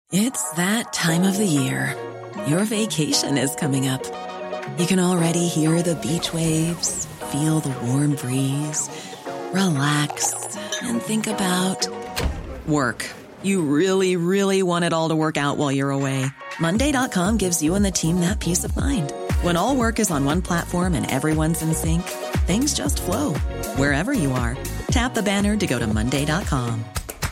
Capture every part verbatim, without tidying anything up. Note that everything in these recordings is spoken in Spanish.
It's that time of the year. Your vacation is coming up. You can already hear the beach waves, feel the warm breeze, relax, and think about work. You really, really want it all to work out while you're away. Monday dot com gives you and the team that peace of mind. When all work is on one platform and everyone's in sync, things just flow. Wherever you are, tap the banner to go to Monday dot com.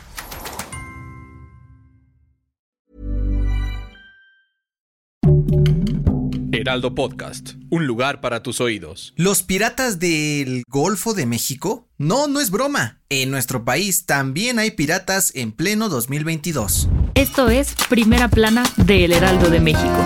Heraldo Podcast, un lugar para tus oídos. ¿Los piratas del Golfo de México? No, no es broma. En nuestro país también hay piratas en pleno dos mil veintidós. Esto es Primera Plana de El Heraldo de México.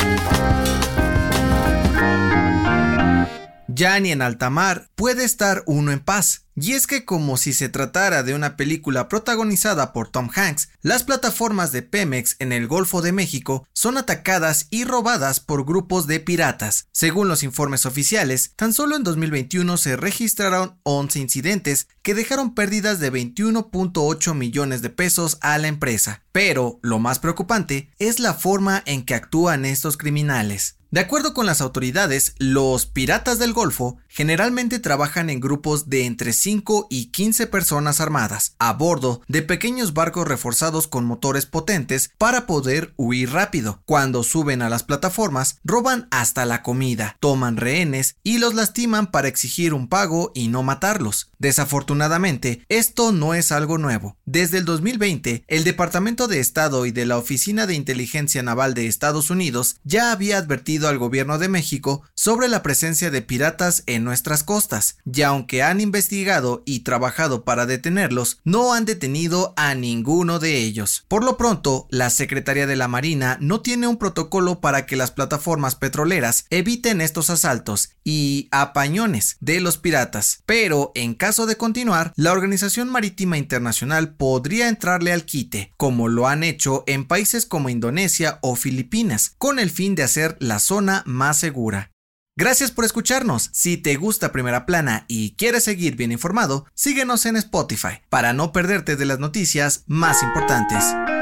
Ya ni en alta mar puede estar uno en paz. Y es que como si se tratara de una película protagonizada por Tom Hanks, las plataformas de Pemex en el Golfo de México son atacadas y robadas por grupos de piratas. Según los informes oficiales, tan solo en dos mil veintiuno se registraron once incidentes que dejaron pérdidas de veintiuno punto ocho millones de pesos a la empresa. Pero lo más preocupante es la forma en que actúan estos criminales. De acuerdo con las autoridades, los piratas del Golfo generalmente trabajan en grupos de entre cinco y quince personas armadas, a bordo de pequeños barcos reforzados con motores potentes para poder huir rápido. Cuando suben a las plataformas, roban hasta la comida, toman rehenes y los lastiman para exigir un pago y no matarlos. Desafortunadamente, esto no es algo nuevo. Desde el dos mil veinte, el Departamento de Estado y de la Oficina de Inteligencia Naval de Estados Unidos ya había advertido al gobierno de México sobre la presencia de piratas en nuestras costas, y aunque han investigado y trabajado para detenerlos, no han detenido a ninguno de ellos. Por lo pronto, la Secretaría de la Marina no tiene un protocolo para que las plataformas petroleras eviten estos asaltos y apañones de los piratas, pero en caso de continuar, la Organización Marítima Internacional podría entrarle al quite, como lo han hecho en países como Indonesia o Filipinas, con el fin de hacer la zona más segura. Gracias por escucharnos. Si te gusta Primera Plana y quieres seguir bien informado, síguenos en Spotify para no perderte de las noticias más importantes.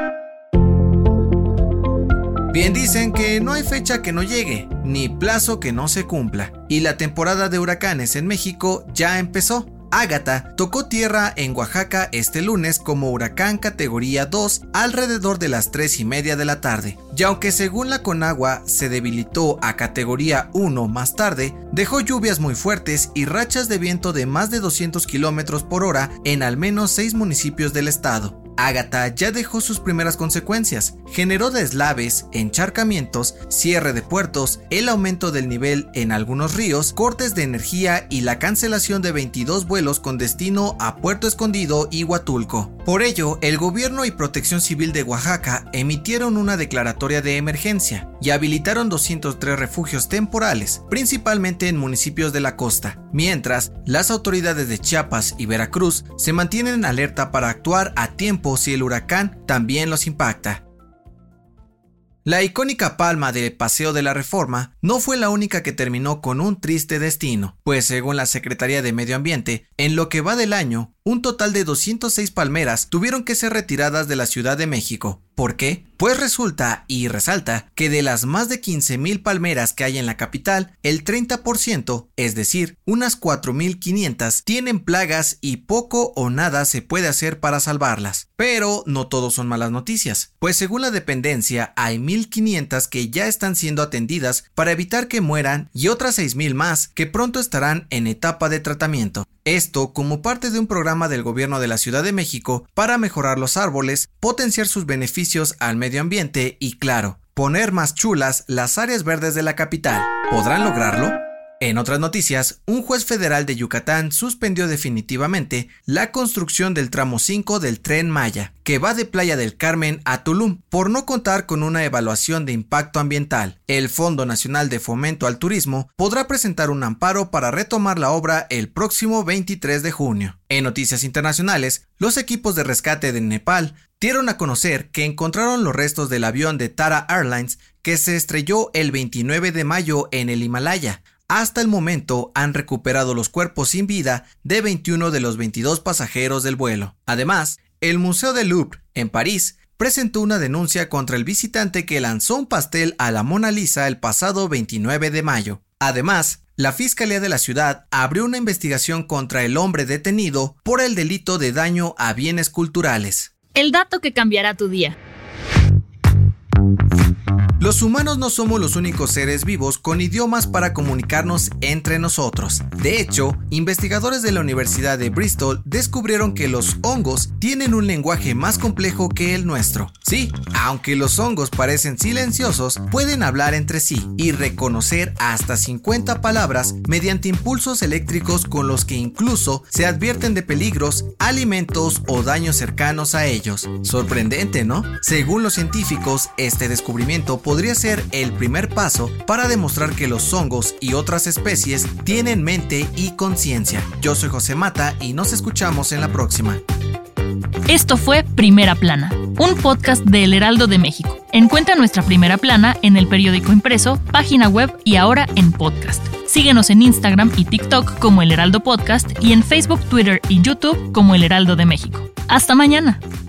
Bien dicen que no hay fecha que no llegue, ni plazo que no se cumpla, y la temporada de huracanes en México ya empezó. Ágata tocó tierra en Oaxaca este lunes como huracán categoría dos alrededor de las tres y media de la tarde, y aunque según la Conagua se debilitó a categoría uno más tarde, dejó lluvias muy fuertes y rachas de viento de más de doscientos kilómetros por hora en al menos seis municipios del estado. Ágata ya dejó sus primeras consecuencias, generó deslaves, encharcamientos, cierre de puertos, el aumento del nivel en algunos ríos, cortes de energía y la cancelación de veintidós vuelos con destino a Puerto Escondido y Huatulco. Por ello, el gobierno y Protección Civil de Oaxaca emitieron una declaratoria de emergencia y habilitaron doscientos tres refugios temporales, principalmente en municipios de la costa, mientras las autoridades de Chiapas y Veracruz se mantienen en alerta para actuar a tiempo si el huracán también los impacta. La icónica palma de Paseo de la Reforma no fue la única que terminó con un triste destino, pues según la Secretaría de Medio Ambiente, en lo que va del año, un total de doscientas seis palmeras tuvieron que ser retiradas de la Ciudad de México. ¿Por qué? Pues resulta y resalta que de las más de quince mil palmeras que hay en la capital, el treinta por ciento, es decir, unas cuatro mil quinientas, tienen plagas y poco o nada se puede hacer para salvarlas. Pero no todo son malas noticias, pues según la dependencia hay mil quinientas que ya están siendo atendidas para evitar que mueran y otras seis mil más que pronto estarán en etapa de tratamiento. Esto como parte de un programa del gobierno de la Ciudad de México para mejorar los árboles, potenciar sus beneficios al medio ambiente y, claro, poner más chulas las áreas verdes de la capital. ¿Podrán lograrlo? En otras noticias, un juez federal de Yucatán suspendió definitivamente la construcción del tramo cinco del Tren Maya, que va de Playa del Carmen a Tulum, por no contar con una evaluación de impacto ambiental. El Fondo Nacional de Fomento al Turismo podrá presentar un amparo para retomar la obra el próximo veintitrés de junio. En noticias internacionales, los equipos de rescate de Nepal dieron a conocer que encontraron los restos del avión de Tara Airlines que se estrelló el veintinueve de mayo en el Himalaya. Hasta el momento han recuperado los cuerpos sin vida de veintiuno de los veintidós pasajeros del vuelo. Además, el Museo del Louvre, en París, presentó una denuncia contra el visitante que lanzó un pastel a la Mona Lisa el pasado veintinueve de mayo. Además, la Fiscalía de la ciudad abrió una investigación contra el hombre detenido por el delito de daño a bienes culturales. El dato que cambiará tu día. Los humanos no somos los únicos seres vivos con idiomas para comunicarnos entre nosotros. De hecho, investigadores de la Universidad de Bristol descubrieron que los hongos tienen un lenguaje más complejo que el nuestro. Sí, aunque los hongos parecen silenciosos, pueden hablar entre sí y reconocer hasta cincuenta palabras mediante impulsos eléctricos con los que incluso se advierten de peligros, alimentos o daños cercanos a ellos. Sorprendente, ¿no? Según los científicos, este descubrimiento podría ser el primer paso para demostrar que los hongos y otras especies tienen mente y conciencia. Yo soy José Mata y nos escuchamos en la próxima. Esto fue Primera Plana, un podcast de El Heraldo de México. Encuentra nuestra Primera Plana en el periódico impreso, página web y ahora en podcast. Síguenos en Instagram y TikTok como El Heraldo Podcast y en Facebook, Twitter y YouTube como El Heraldo de México. ¡Hasta mañana!